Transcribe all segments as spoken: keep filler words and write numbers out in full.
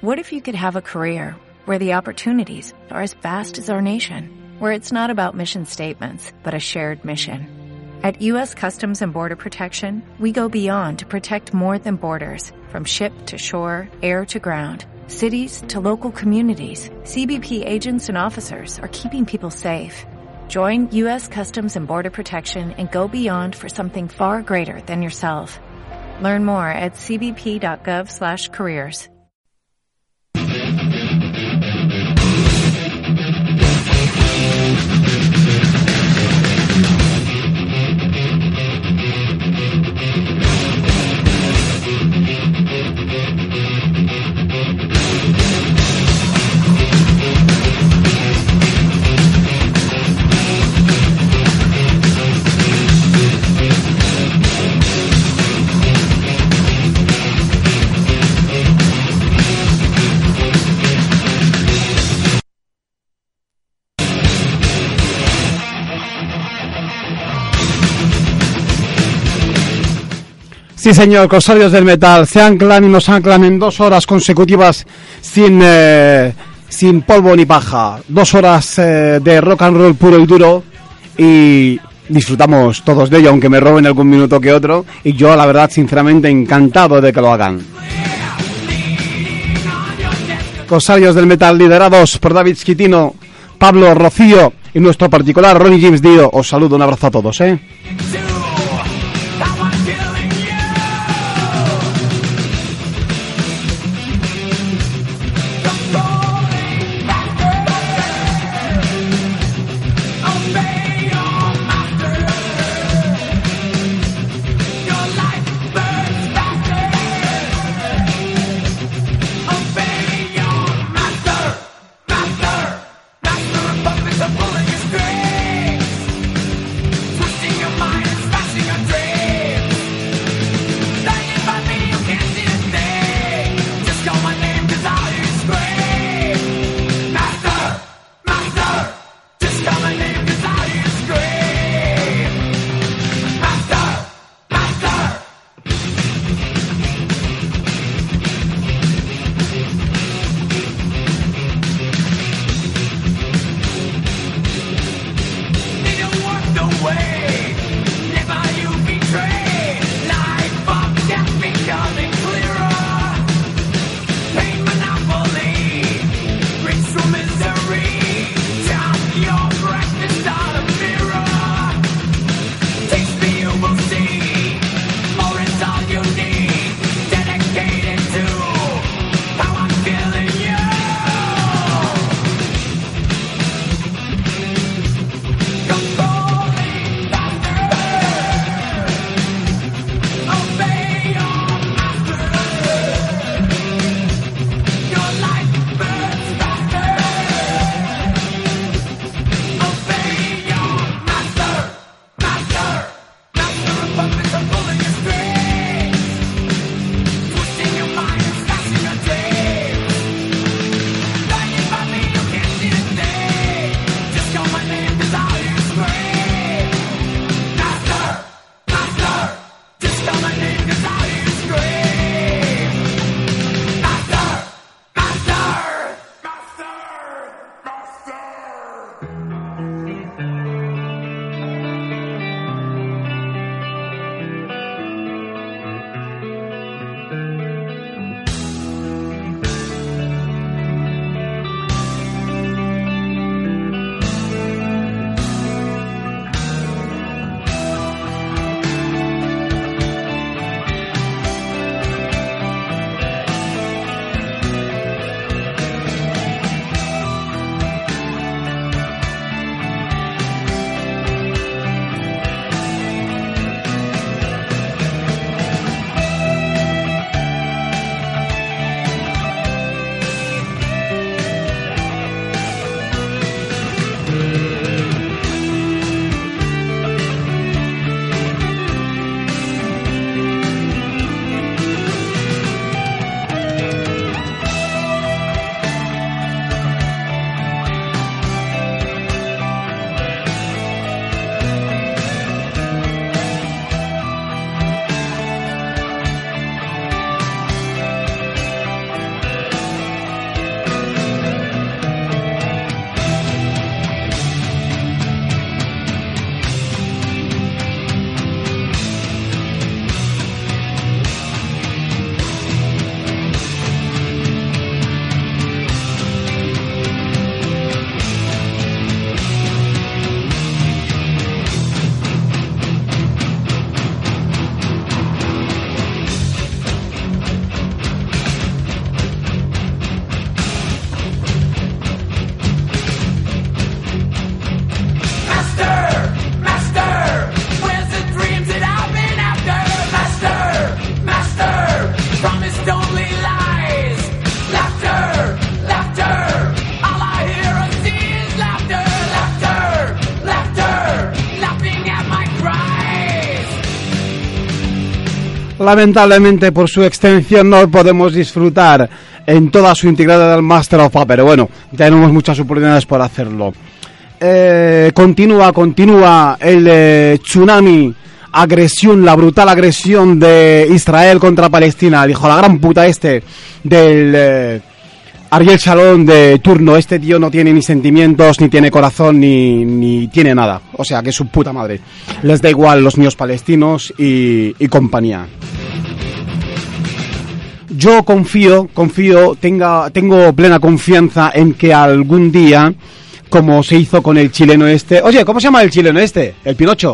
What if you could have a career where the opportunities are as vast as our nation, where it's not about mission statements, but a shared mission? At U S Customs and Border Protection, we go beyond to protect more than borders. From ship to shore, air to ground, cities to local communities, C B P agents and officers are keeping people safe. Join U S Customs and Border Protection and go beyond for something far greater than yourself. Learn more at c b p dot gov slash careers. Sí, señor, corsarios del metal, se anclan y nos anclan en dos horas consecutivas sin eh, sin polvo ni paja. Dos horas eh, de rock and roll puro y duro y disfrutamos todos de ello, aunque me roben algún minuto que otro. Y yo, la verdad, sinceramente, encantado de que lo hagan. Corsarios del metal, liderados por David Squitino, Pablo Rocío y nuestro particular Ronnie James Dio. Os saludo, un abrazo a todos, ¿eh? Pulling your strings, twisting your mind. lamentablemente por su extensión no podemos disfrutar en toda su integridad del Master of Puppets, pero bueno, tenemos muchas oportunidades por hacerlo. Eh, continúa, continúa el eh, tsunami, agresión, la brutal agresión de Israel contra Palestina. Dijo la gran puta este del eh, Ariel Sharon de turno. Este tío no tiene ni sentimientos, ni tiene corazón, ni, ni tiene nada. O sea, que es su puta madre. Les da igual los niños palestinos y, y compañía. Yo confío, confío, tenga, tengo plena confianza en que algún día, como se hizo con el chileno este... Oye, ¿cómo se llama el chileno este? ¿El Pinocho?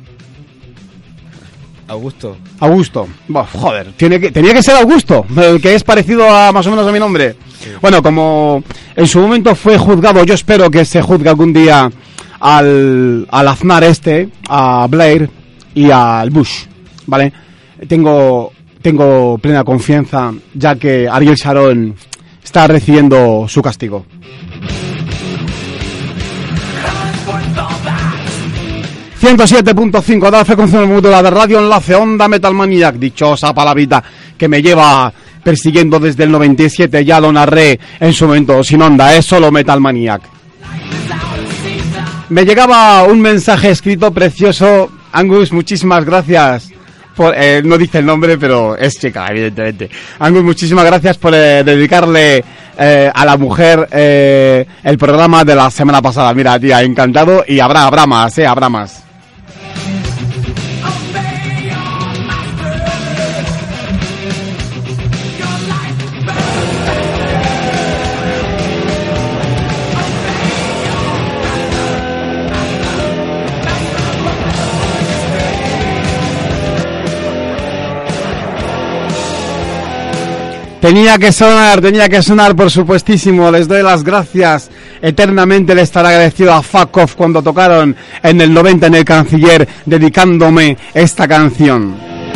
Augusto. Augusto. Bah, joder, tiene que, tenía que ser Augusto, que es parecido a más o menos a mi nombre. Sí. Bueno, como en su momento fue juzgado, yo espero que se juzgue algún día al, al Aznar este, a Blair y al Bush, ¿vale? Tengo, tengo plena confianza, ya que Ariel Sharon está recibiendo su castigo. ciento siete punto cinco de la frecuencia modulada de Radio Enlace, Onda Metal Maniac, dichosa palabrita que me lleva persiguiendo desde el noventa y siete, ya lo narré en su momento, sin onda, es solo Metal Maniac. Me llegaba un mensaje escrito precioso. Angus, muchísimas gracias por, eh, no dice el nombre, pero es chica, evidentemente. Angus, muchísimas gracias por eh, dedicarle eh, a la mujer eh, el programa de la semana pasada. Mira, tía, encantado, y habrá, habrá más, eh, habrá más. Tenía que sonar, tenía que sonar, por supuestísimo. Les doy las gracias. Eternamente le estaré agradecido a Fuck Off cuando tocaron en el noventa en el Canciller, dedicándome esta canción.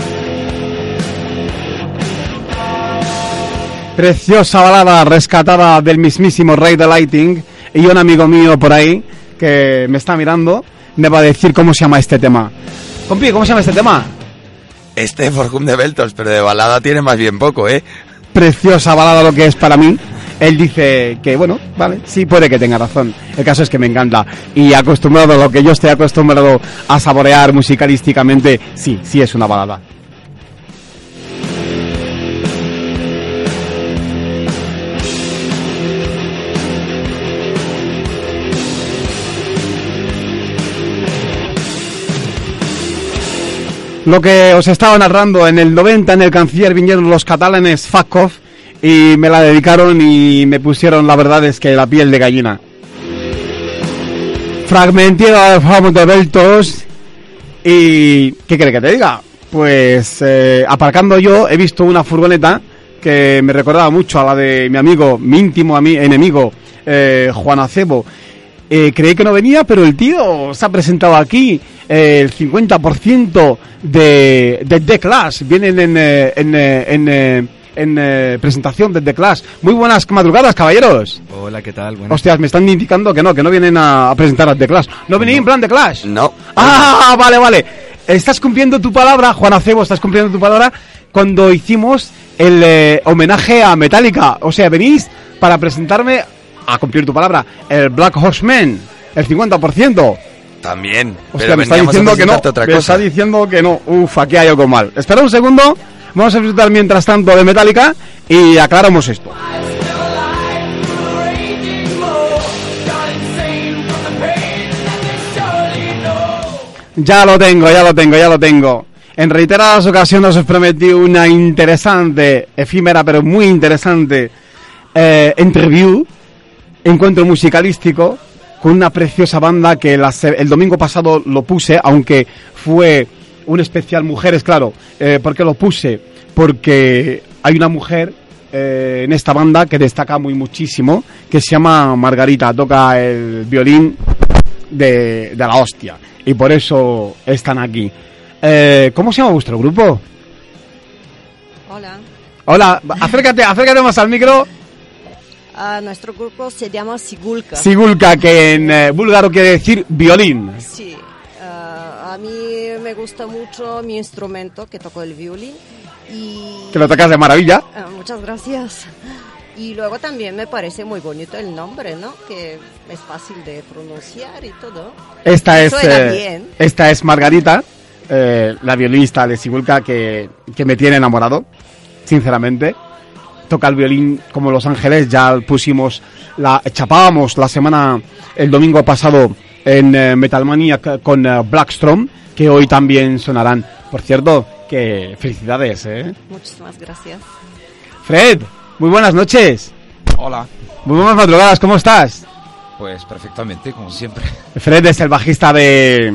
Preciosa balada rescatada del mismísimo Rey de Lighting. Y un amigo mío por ahí, que me está mirando, me va a decir cómo se llama este tema. Compi, ¿cómo se llama este tema? Este Forjum de Beltos, pero de balada tiene más bien poco, ¿eh? Preciosa balada lo que es para mí. Él dice que, bueno, vale, sí puede que tenga razón. El caso es que me encanta. Y acostumbrado a lo que yo estoy acostumbrado a saborear musicalísticamente, sí, sí es una balada. Lo que os estaba narrando, en el noventa en el Canciller vinieron los catalanes Fuck Off y me la dedicaron y me pusieron, la verdad es que la piel de gallina. Fragmentida de Forjum de Beltos. Y ¿qué quiere que te diga? Pues eh, aparcando yo he visto una furgoneta que me recordaba mucho a la de mi amigo, mi íntimo ami- enemigo, eh, Juan Acebo. Eh, creí que no venía, pero el tío se ha presentado aquí. Eh, el cincuenta por ciento de, de The Clash vienen en, eh, en, eh, en, eh, en eh, presentación de The Clash. Muy buenas madrugadas, caballeros. Hola, ¿qué tal? Buenas. Hostias, me están indicando que no, que no vienen a, a presentar a The Clash. ¿No venís no. en plan The Clash? No. Ah, vale, vale. Estás cumpliendo tu palabra, Juan Acebo, estás cumpliendo tu palabra cuando hicimos el eh, homenaje a Metallica. O sea, venís para presentarme, a cumplir tu palabra, el Black Horseman, el cincuenta por ciento. También. Hostia, pero me está diciendo que no. Otra me cosa. está diciendo que no. Uf, aquí hay algo mal. Espera un segundo. Vamos a disfrutar mientras tanto de Metallica y aclaramos esto. Ya lo tengo, ya lo tengo, ya lo tengo. En reiteradas ocasiones os prometí una interesante, efímera pero muy interesante eh, interview, encuentro musicalístico con una preciosa banda que la, el domingo pasado lo puse, aunque fue un especial mujeres, claro. Eh, ¿Por qué lo puse? Porque hay una mujer eh, en esta banda que destaca muy muchísimo, que se llama Margarita, toca el violín de, de la hostia, y por eso están aquí. Eh, ¿Cómo se llama vuestro grupo? Hola. Hola, acércate, acércate más al micro. Uh, nuestro grupo se llama Sigulka. Sigulka, que en eh, búlgaro quiere decir violín. Sí. Uh, A mí me gusta mucho mi instrumento, que toco el violín. Y... Que lo tocas de maravilla. Ah, muchas gracias. Y luego también me parece muy bonito el nombre, ¿no? Que es fácil de pronunciar y todo. Esta es, Suena eh, bien. esta es Margarita, eh, la violinista de Sigulka que, que me tiene enamorado, sinceramente. Toca el violín como Los Ángeles, ya pusimos, la chapábamos la semana, el domingo pasado en eh, Metalmania con eh, Blackstrom, que hoy también sonarán. Por cierto, que felicidades, ¿eh? Muchísimas gracias. Fred, muy buenas noches. Hola. Muy buenas madrugadas, ¿cómo estás? Pues perfectamente, como siempre. Fred es el bajista de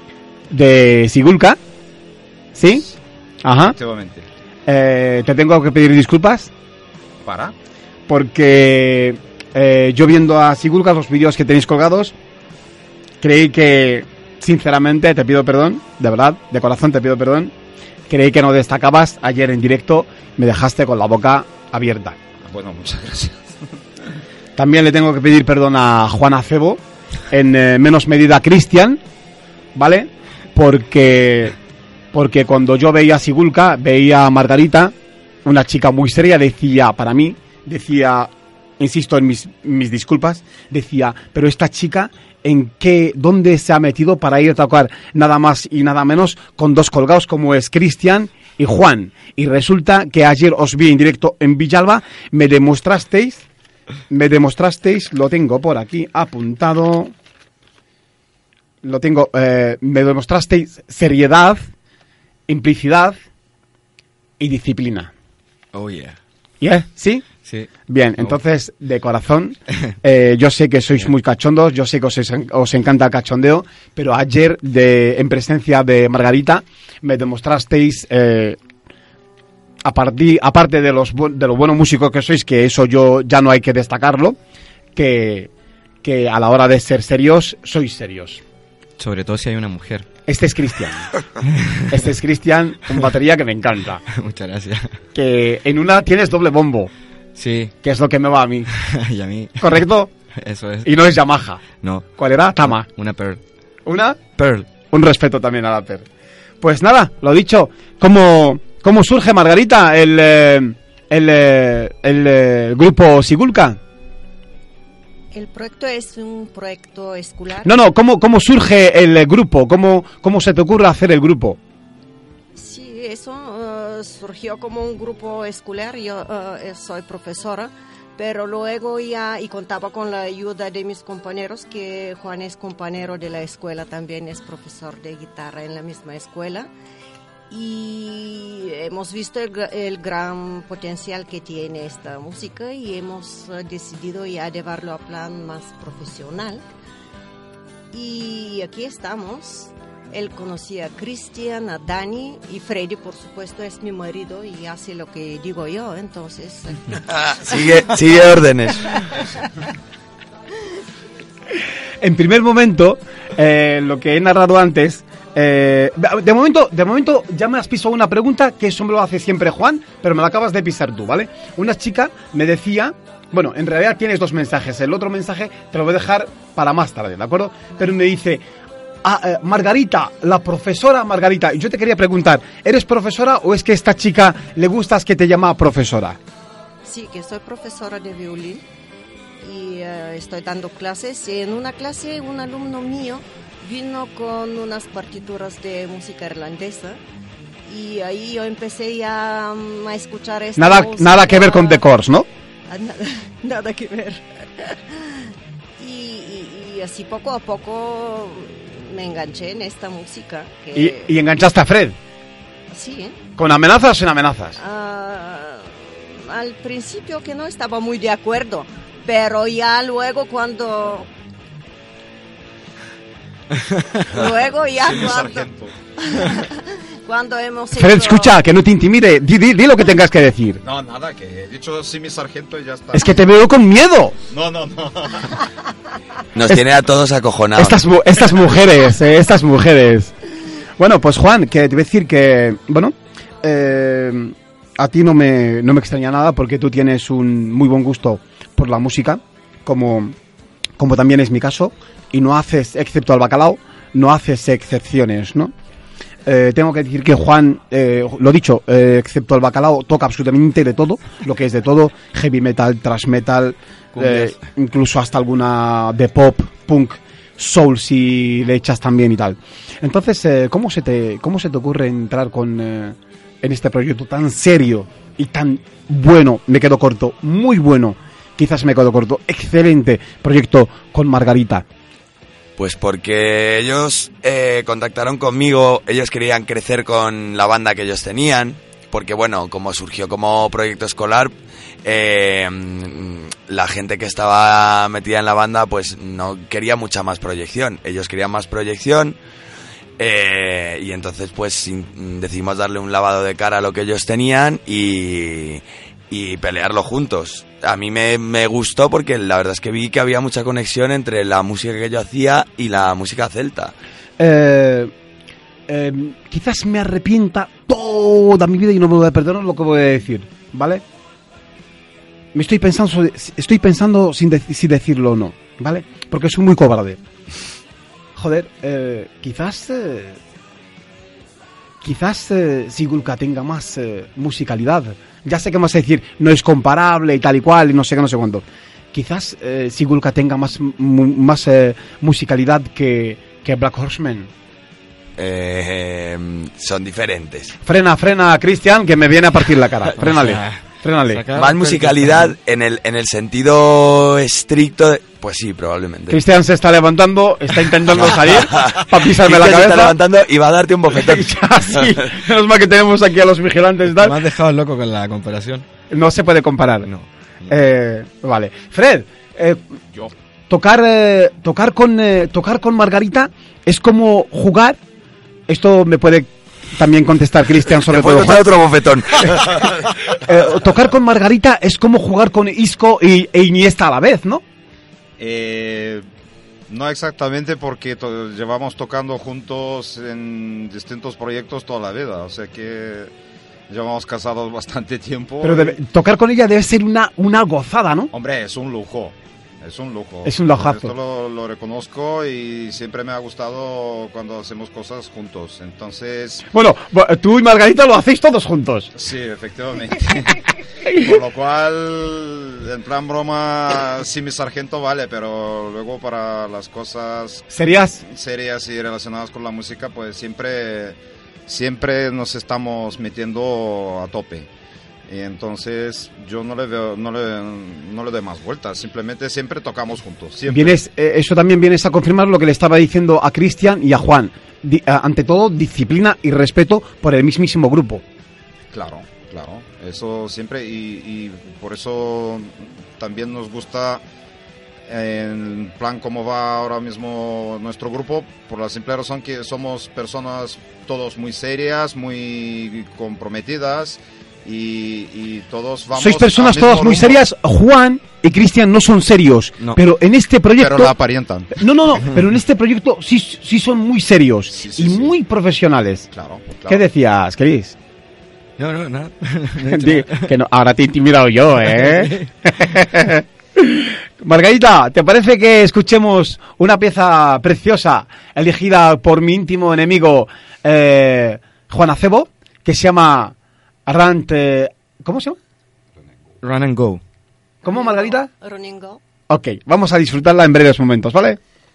de Sigulka, ¿sí? Ajá. Efectivamente. Eh, te tengo que pedir disculpas ¿Para? porque eh, yo viendo a Sigulka los vídeos que tenéis colgados, creí que, sinceramente, te pido perdón, de verdad, de corazón te pido perdón, creí que no destacabas ayer en directo, me dejaste con la boca abierta. Bueno, muchas gracias. También le tengo que pedir perdón a Juan Acebo, en eh, menos medida a Cristian, ¿vale? Porque, porque cuando yo veía a Sigulka, veía a Margarita, una chica muy seria, decía, para mí, decía, insisto en mis, mis disculpas, decía, pero esta chica, ¿en qué, dónde se ha metido para ir a tocar nada más y nada menos con dos colgados como es Cristian y Juan? Y resulta que ayer os vi en directo en Villalba, me demostrasteis, me demostrasteis, lo tengo por aquí apuntado, lo tengo, eh, me demostrasteis seriedad, implicidad y disciplina. Oh, yeah. ¿Yeah? ¿Sí? Sí. Bien, Oh. entonces, de corazón, eh, yo sé que sois muy cachondos, yo sé que os, os encanta el cachondeo, pero ayer, de, en presencia de Margarita, me demostrasteis, eh, a partir, aparte de los bu- de lo buenos músicos que sois, que eso yo ya no hay que destacarlo, que, que a la hora de ser serios, sois serios. Sobre todo si hay una mujer. Este es Cristian. Este es Cristian, un batería que me encanta. Muchas gracias. Que en una tienes doble bombo, Sí, que es lo que me va a mí. y a mí. ¿Correcto? Eso es. Y no es Yamaha. No, ¿Cuál era? Tama. una Pearl. ¿Una? Pearl. Un respeto también a la Per. Pues nada, lo dicho. ¿Cómo, cómo surge, Margarita, el, eh, el, eh, el, eh, grupo Sigulka? El proyecto es un proyecto escolar. No, no, ¿cómo, cómo surge el eh, grupo? ¿Cómo, ¿Cómo se te ocurre hacer el grupo? Sí, eso eh, surgió como un grupo escolar. Yo eh, soy profesora, pero luego ya y contaba con la ayuda de mis compañeros, que Juan es compañero de la escuela, también es profesor de guitarra en la misma escuela. Y hemos visto el, gra- el gran potencial que tiene esta música y hemos eh, decidido ya llevarlo a plan más profesional. Y aquí estamos. Él conocía a Cristian, a Dani, y Freddy, por supuesto, es mi marido y hace lo que digo yo, entonces... sigue, sigue órdenes. En primer momento, eh, lo que he narrado antes, eh, de momento, de momento ya me has pisado una pregunta, que eso me lo hace siempre Juan, pero me la acabas de pisar tú, ¿vale? Una chica me decía, bueno, en realidad tienes dos mensajes, el otro mensaje te lo voy a dejar para más tarde, ¿de acuerdo? Pero me dice, ah, eh, Margarita, la profesora Margarita, y yo te quería preguntar, ¿eres profesora o es que esta chica le gustas que te llama profesora? Sí, que soy profesora de violín y eh, estoy dando clases. Y en una clase un alumno mío vino con unas partituras de música irlandesa y ahí yo empecé ya um, a escuchar esta Nada, música. nada que ver con The Course, ¿no? Ah, Nada, nada que ver. y, y, y así poco a poco me enganché en esta música. Que, Y, y enganchaste a Fred. Sí, ¿eh? ¿Con amenazas o sin amenazas? Ah, al principio que no estaba muy de acuerdo, pero ya luego cuando... luego ya cuando... cuando hemos hecho... Fred, escucha, que no te intimide. Di, di, di lo que tengas que decir. No, nada, que he dicho sí, mi sargento y ya está. Es que te veo con miedo. No, no, no. Nos Es- tiene a todos acojonados. Estas, mu- estas mujeres, eh, estas mujeres. Bueno, pues Juan, que te voy a decir que, bueno, eh, a ti no me, no me extraña nada porque tú tienes un muy buen gusto por la música, como, como también es mi caso, y no haces, excepto al bacalao, no haces excepciones, ¿no? Eh, tengo que decir que Juan, eh, lo dicho, eh, excepto el bacalao, toca absolutamente de todo, lo que es de todo, heavy metal, thrash metal, eh, incluso hasta alguna de pop, punk, soul si le echas también y tal. Entonces, eh, ¿cómo se te cómo se te ocurre entrar con eh, en este proyecto tan serio y tan bueno? Me quedo corto, muy bueno, quizás me quedo corto, excelente proyecto con Margarita. Pues porque ellos eh, contactaron conmigo, ellos querían crecer con la banda que ellos tenían, porque bueno, como surgió como proyecto escolar, eh, la gente que estaba metida en la banda pues no quería mucha más proyección, ellos querían más proyección, eh, y entonces pues sin, decidimos darle un lavado de cara a lo que ellos tenían y, y pelearlo juntos. A mí me, me gustó porque la verdad es que vi que había mucha conexión entre la música que yo hacía y la música celta. Eh, eh, quizás me arrepienta toda mi vida y no me voy a perdonar lo que voy a decir, ¿vale? Me estoy pensando, estoy pensando sin, de, sin decirlo o no, ¿vale? Porque soy muy cobarde. Joder, eh, quizás... Eh, quizás eh, Sigulka tenga más eh, musicalidad. Ya sé que me vas a decir, no es comparable y tal y cual, y no sé qué, no sé cuánto. Quizás eh, Sigulka tenga más, mu, más eh, musicalidad que, que Black Horseman. Eh, son diferentes. Frena, frena, Cristian, que me viene a partir la cara. Frénale, frénale. Más musicalidad en el, en el sentido estricto de... Pues sí, probablemente. Cristian se está levantando, está intentando salir para pisarme la cabeza. Se está levantando y va a darte un bofetón. Ya, sí. Menos mal que tenemos aquí a los vigilantes y tal. Me has dejado loco con la comparación. No se puede comparar. No. no. Eh, vale. Fred, eh, Yo. tocar, eh, tocar, con, eh, tocar con Margarita es como jugar... Esto me puede también contestar Cristian sobre todo. Juan. Otro bofetón. eh, tocar con Margarita es como jugar con Isco y, e Iniesta a la vez, ¿no? Eh, no exactamente, porque to- llevamos tocando juntos en distintos proyectos toda la vida, o sea que llevamos casados bastante tiempo. Pero debe, tocar con ella debe ser una, una gozada, ¿no? Hombre, es un lujo, es un lujo. Es un lujazo. Esto lo, lo reconozco y siempre me ha gustado cuando hacemos cosas juntos, entonces... Bueno, tú y Margarita lo hacéis todos juntos. Sí, efectivamente. Por lo cual, en plan broma, sí, mi sargento vale, pero luego para las cosas ¿Serías? serias y relacionadas con la música, pues siempre, siempre nos estamos metiendo a tope. Y entonces yo no le veo, no le, no le doy más vueltas, simplemente siempre tocamos juntos. Siempre. Vienes, eh, eso también vienes a confirmar lo que le estaba diciendo a Cristian y a Juan. Di, eh, ante todo, disciplina y respeto por el mismísimo grupo. Claro, claro, eso siempre, y, y por eso también nos gusta, en plan como va ahora mismo nuestro grupo, por la simple razón que somos personas todos muy serias, muy comprometidas, y, y todos vamos... Sois personas al mismo todas muy rumbo. serias. Juan y Cristian no son serios, No. pero en este proyecto... Pero la aparentan. No, no, no, pero en este proyecto sí, sí son muy serios Sí, sí, y sí. muy profesionales. Claro, claro. ¿Qué decías, Cris? No, no, nada. No he dicho Di- nada. que no, ahora te he intimidado yo, ¿eh? Margarita, ¿te parece que escuchemos una pieza preciosa elegida por mi íntimo enemigo eh, Juan Acebo, que se llama Rant... eh, ¿Cómo se llama? Run and go. ¿Cómo, Margarita? Running Go. Ok, vamos a disfrutarla en breves momentos, ¿vale?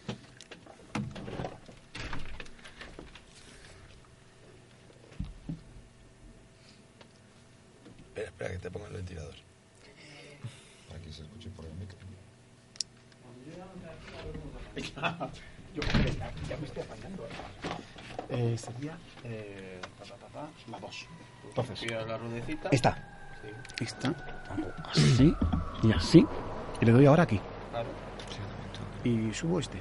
Espera, espera, que te ponga el ventilador. Para que se escuche por el micro. Eh, sería eh, ta, ta, ta, ta, la dos. Entonces, esta. Esta. Hago así y así. Y le doy ahora aquí. Y subo este.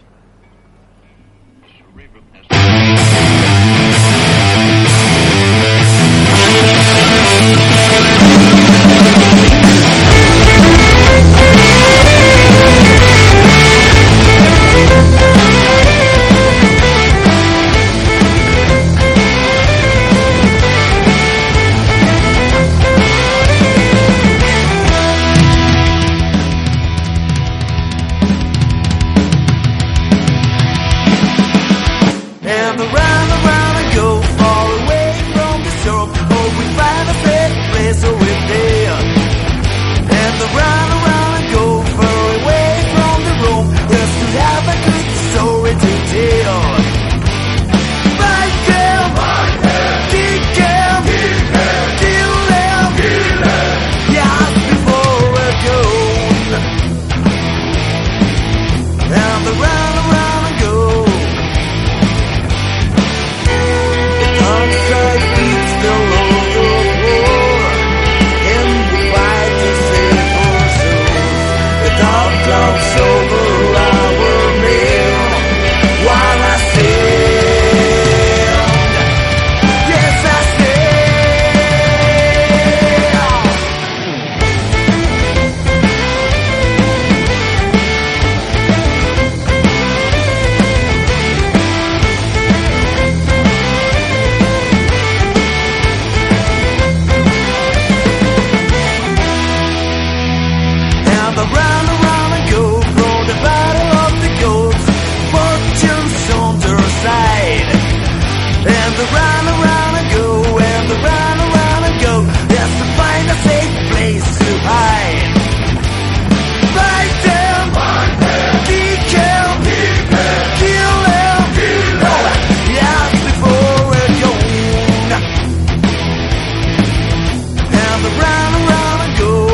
around, around I go, and around, around I go, just to find a safe place to hide. Fight them, fight them, decal, decal, kill them, kill them, yeah, before we're gone. And around, around I go.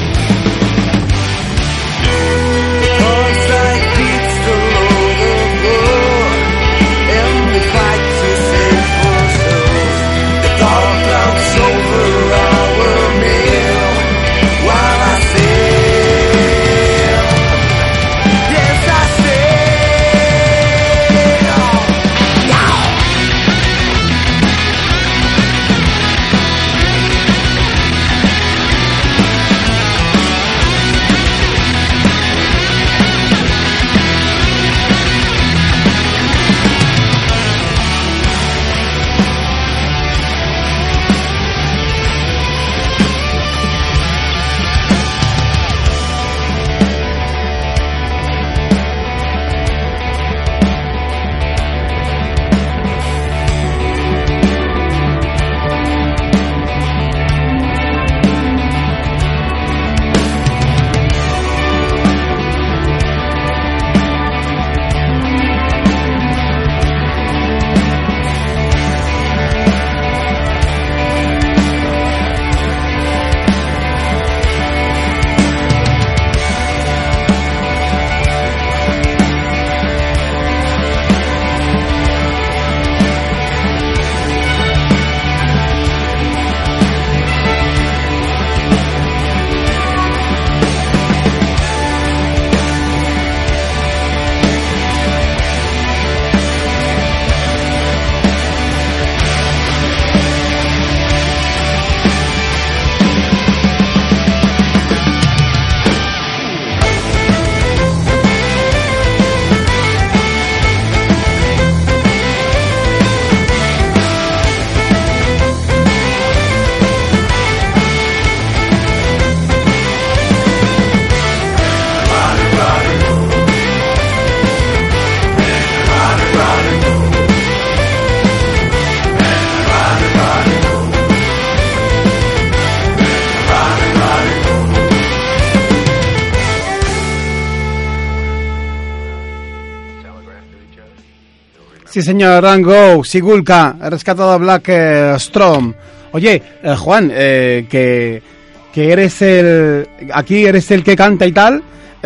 Sí, señor, Rango, Sigulka, he rescatado a Black eh, Strom. Oye, eh, Juan, eh, que, que eres el... Aquí eres el que canta y tal,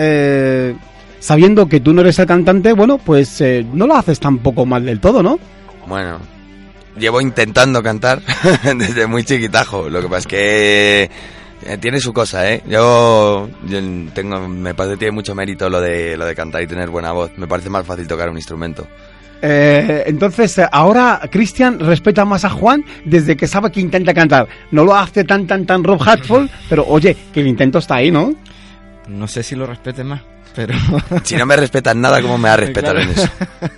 eh, sabiendo que tú no eres el cantante, bueno, pues eh, no lo haces tampoco mal del todo, ¿no? Bueno, llevo intentando cantar desde muy chiquitajo. Lo que pasa es que eh, tiene su cosa, ¿eh? Yo, yo tengo, me parece que tiene mucho mérito lo de, lo de cantar y tener buena voz. Me parece más fácil tocar un instrumento. Eh, entonces, ahora Cristian respeta más a Juan desde que sabe que intenta cantar. No lo hace tan, tan, tan Rob Halford, pero oye, que el intento está ahí, ¿no? No sé si lo respete más, pero... Si no me respetas nada, ¿cómo me va a respetar Claro. en eso?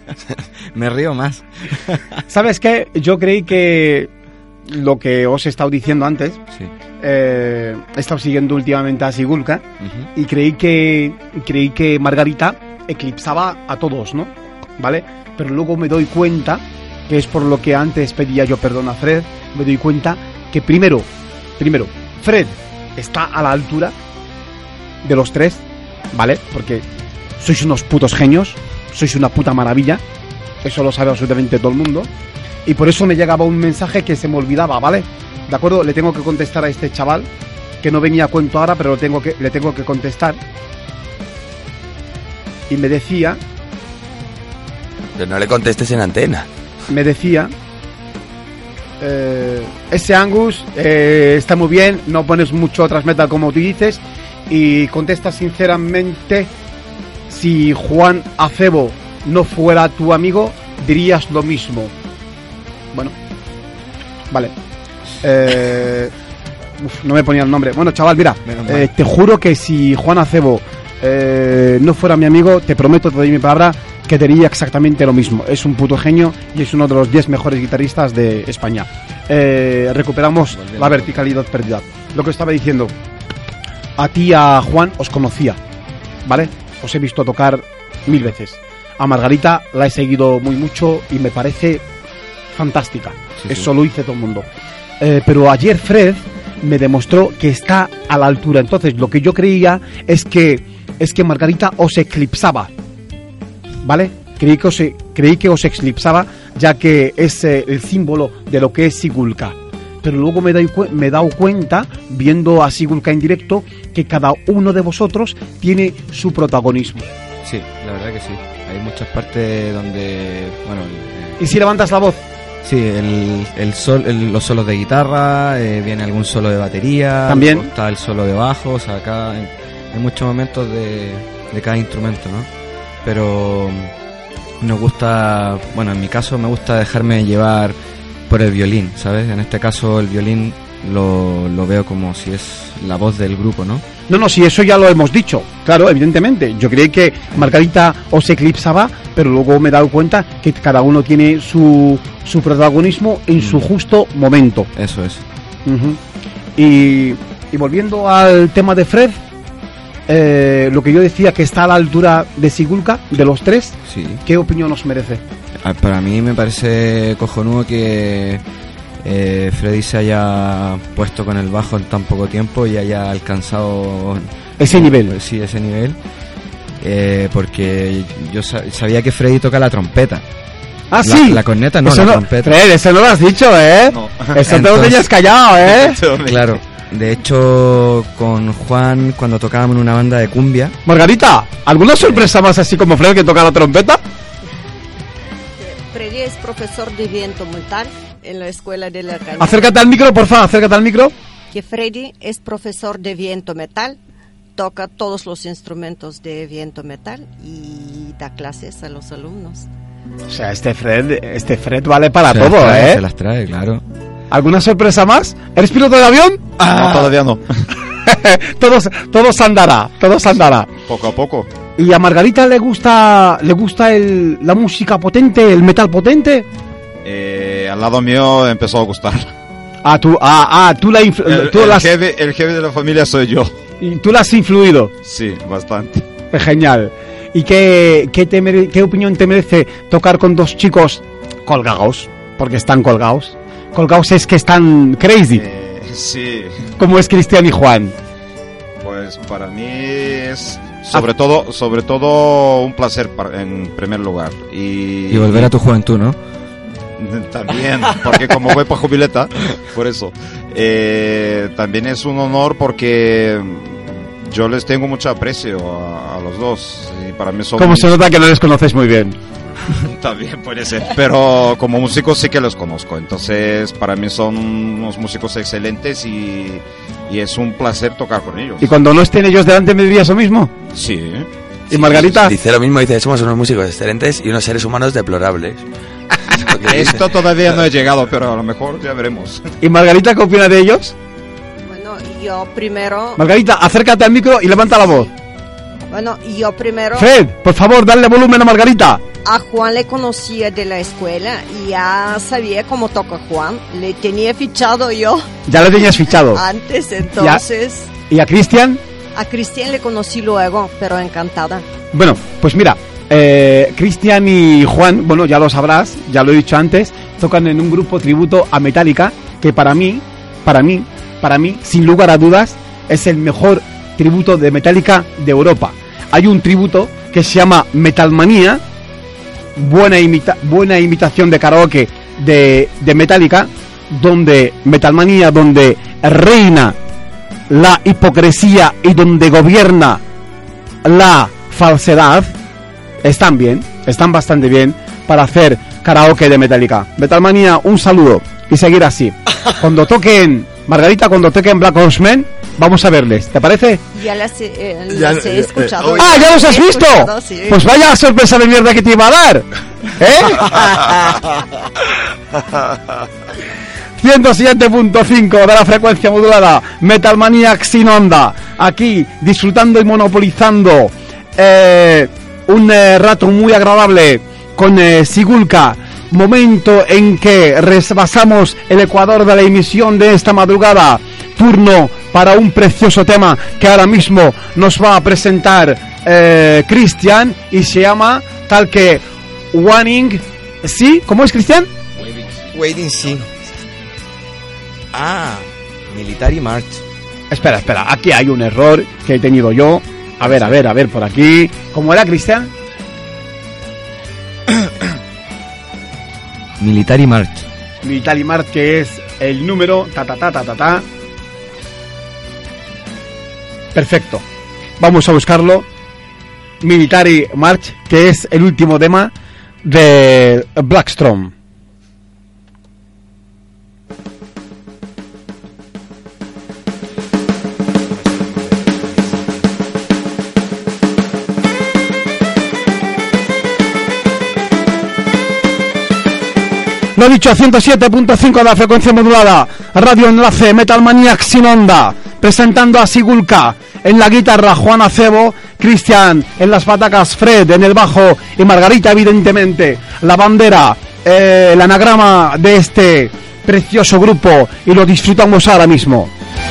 Me río más. ¿Sabes qué? Yo creí que lo que os he estado diciendo antes, Sí. eh, he estado siguiendo últimamente a Sigulka Ujú. y creí que, creí que Margarita eclipsaba a todos, ¿no? ¿Vale? Pero luego me doy cuenta, que es por lo que antes pedía yo perdón a Fred, me doy cuenta que primero, primero, Fred está a la altura de los tres, ¿vale? Porque sois unos putos genios, sois una puta maravilla, eso lo sabe absolutamente todo el mundo, y por eso me llegaba un mensaje que se me olvidaba, ¿vale? ¿De acuerdo? Le tengo que contestar a este chaval, que no venía a cuento ahora, pero lo tengo que, le tengo que contestar, y me decía... Pero no le contestes en antena. me decía eh, ese Angus eh, está muy bien, no pones mucho tras metal como tú dices, y contesta sinceramente, si Juan Acebo no fuera tu amigo dirías lo mismo. Bueno, vale, eh, uf, no me ponía el nombre. Bueno, chaval, mira, Menos mal. eh, te juro que si Juan Acebo eh, no fuera mi amigo, te prometo, te doy mi palabra, que diría exactamente lo mismo. Es un puto genio y es uno de los diez mejores guitarristas de España. Eh, recuperamos Volviendo. la verticalidad perdida. Lo que estaba diciendo, a ti y a Juan os conocía, ¿vale? Os he visto tocar mil veces. A Margarita la he seguido muy mucho y me parece fantástica. Sí, Eso sí. lo dice todo el mundo. Eh, pero ayer Fred me demostró que está a la altura. Entonces, lo que yo creía es que es que Margarita os eclipsaba, ¿vale? Creí que os, creí que os eclipsaba, ya que es eh, el símbolo de lo que es Sigulka. Pero luego me, doy cu- me he dado cuenta, viendo a Sigulka en directo, que cada uno de vosotros tiene su protagonismo. Sí, la verdad que sí. Hay muchas partes donde, bueno, el- ¿Y si levantas la voz? sí, el, el sol, el- los solos de guitarra, eh, viene algún solo de batería, También. está el solo de bajo, o sea, acá hay, hay muchos momentos de, de cada instrumento, ¿no? Pero mm, nos gusta, bueno, en mi caso me gusta dejarme llevar por el violín, ¿sabes? En este caso el violín lo, lo veo como si es la voz del grupo, ¿no? No, no, si eso ya lo hemos dicho. Claro, evidentemente. Yo creí que Margarita os eclipsaba, pero luego me he dado cuenta que cada uno tiene su, su protagonismo en su justo momento. Eso es. Ujú. y, y volviendo al tema de Fred, eh, lo que yo decía que está a la altura de Sigulka, de los tres, Sí. ¿qué opinión os merece? Ah, Para mí me parece cojonudo que eh, Freddy se haya puesto con el bajo en tan poco tiempo y haya alcanzado Ese nivel. eh, sí, ese nivel. Eh, porque yo sa- sabía que Freddy toca la trompeta. Ah, La- sí. la corneta, no, Eso la no, trompeta. Fred, eso no lo has dicho, ¿eh? No. Eso te lo Entonces- tenías callado, ¿eh? Claro. De hecho, con Juan, cuando tocábamos en una banda de cumbia, Margarita, ¿alguna sorpresa más así como Fred que toca la trompeta? Freddy es profesor de viento metal en la escuela de la caña. Acércate al micro, por favor, acércate al micro. Que Freddy es profesor de viento metal, toca todos los instrumentos de viento metal y da clases a los alumnos. O sea, este Fred, este Fred vale para se las todo, trae, ¿eh? se las trae, claro. ¿Alguna sorpresa más? ¿Eres piloto de avión? No, todavía no. todos, todos andará, todos andará. Poco a poco. ¿Y a Margarita le gusta, le gusta el, la música potente, el metal potente? Eh, al lado mío empezó a gustar. Ah, tú, ah, ah, tú la, influ- El, tú el la has- jefe, el jefe de la familia soy yo. y tú la has influido. Sí, bastante. Eh, Genial. ¿Y qué, qué, te mere- qué opinión te merece tocar con dos chicos colgados? Porque están colgados. Colgados es que están crazy, Eh, sí, como es Cristian y Juan. pues para mí es sobre todo, sobre todo un placer para- en primer lugar. Y, Y volver a tu juventud, ¿no? También, porque como voy para jubileta, por eso. Eh, también es un honor porque yo les tengo mucho aprecio a, a los dos. Y para mí son... Como se nota que no les conoces muy bien. También puede ser. Pero como músicos sí que los conozco. Entonces para mí son unos músicos excelentes y, y es un placer tocar con ellos. ¿Y cuando no estén ellos delante me dirías lo mismo? Sí. ¿Y Margarita? Dice lo mismo, dice, somos unos músicos excelentes y unos seres humanos deplorables. Es lo que A dice. esto todavía no he llegado, pero a lo mejor ya veremos. ¿Y Margarita qué opina de ellos? Bueno, yo primero, Margarita, acércate al micro y levanta la voz. bueno, yo primero Fred, por favor, dale volumen a Margarita. a Juan le conocía de la escuela y ya sabía cómo toca Juan. Le tenía fichado yo Ya lo tenías fichado. antes, entonces ¿Y a Cristian? a Cristian le conocí luego, pero encantada. Bueno, pues mira, eh, Cristian y Juan, bueno, ya lo sabrás, ya lo he dicho antes, tocan en un grupo tributo a Metallica, que para mí, para mí, para mí, sin lugar a dudas, es el mejor tributo de Metallica de Europa. Hay un tributo que se llama Metalmanía, buena, imita buena imitación de karaoke de, de Metallica, donde Metalmanía, donde reina la hipocresía y donde gobierna la falsedad, están bien, están bastante bien para hacer karaoke de Metallica. Metalmanía, un saludo y seguir así. Cuando toquen, Margarita, cuando toquen Black Horseman, vamos a verles, ¿te parece? Ya las, he- eh, Ya, las he eh, escuchado. eh, ¡Ah, ya los has He visto! escuchado, sí. Pues vaya sorpresa de mierda que te iba a dar, ¿eh? ciento siete punto cinco de la frecuencia modulada, Metalmaniac sin onda, aquí disfrutando y monopolizando eh, un eh, rato muy agradable con eh, Sigulka, momento en que rebasamos el ecuador de la emisión de esta madrugada, turno para un precioso tema que ahora mismo nos va a presentar eh, Cristian y se llama tal que Wanning, ¿sí? ¿Cómo es, Cristian? Waiting See. Ah, Military March. Espera, espera, aquí hay un error que he tenido yo. A ver, a ver, a ver, por aquí. ¿Cómo era, Cristian? Military March. Military March, que es el número ta ta ta ta ta ta. Perfecto. Vamos a buscarlo. Military March, que es el último tema de Blackstrom. Lo dicho, ciento siete punto cinco de la frecuencia modulada, Radio Enlace, Metal Maniac sin onda, presentando a Sigulka en la guitarra, Juan Acebo, Cristian en las patacas, Fred en el bajo y Margarita, evidentemente, la bandera, eh, el anagrama de este precioso grupo, y lo disfrutamos ahora mismo.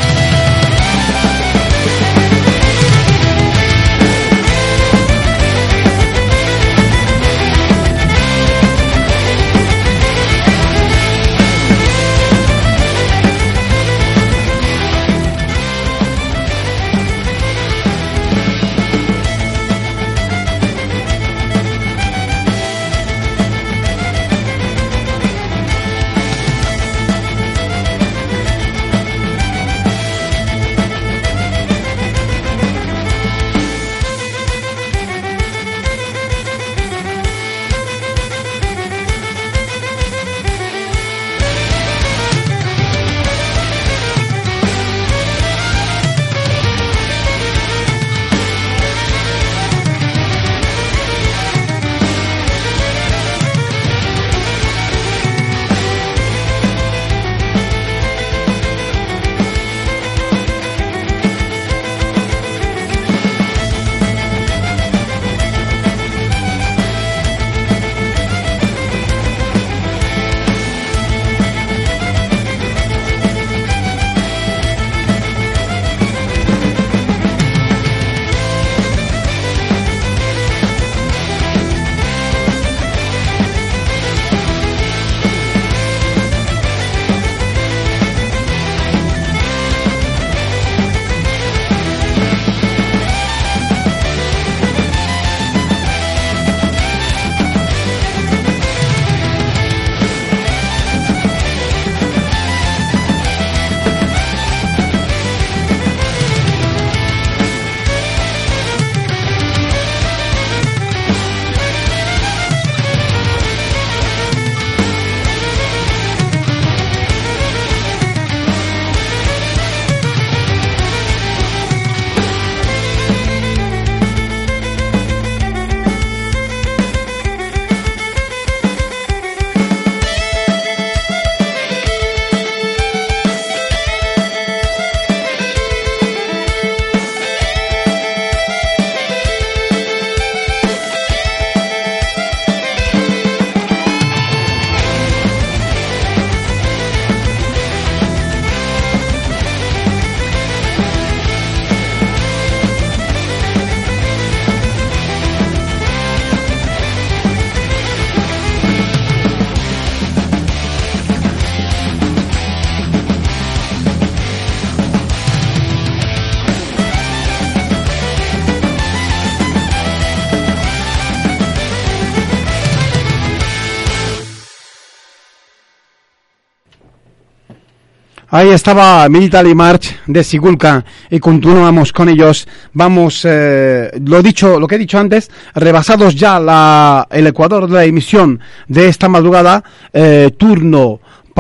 Ahí estaba Military March de Sigulka y continuamos con ellos. Vamos, eh, lo dicho, lo que he dicho antes, rebasados ya la, el ecuador de la emisión de esta madrugada, eh, turno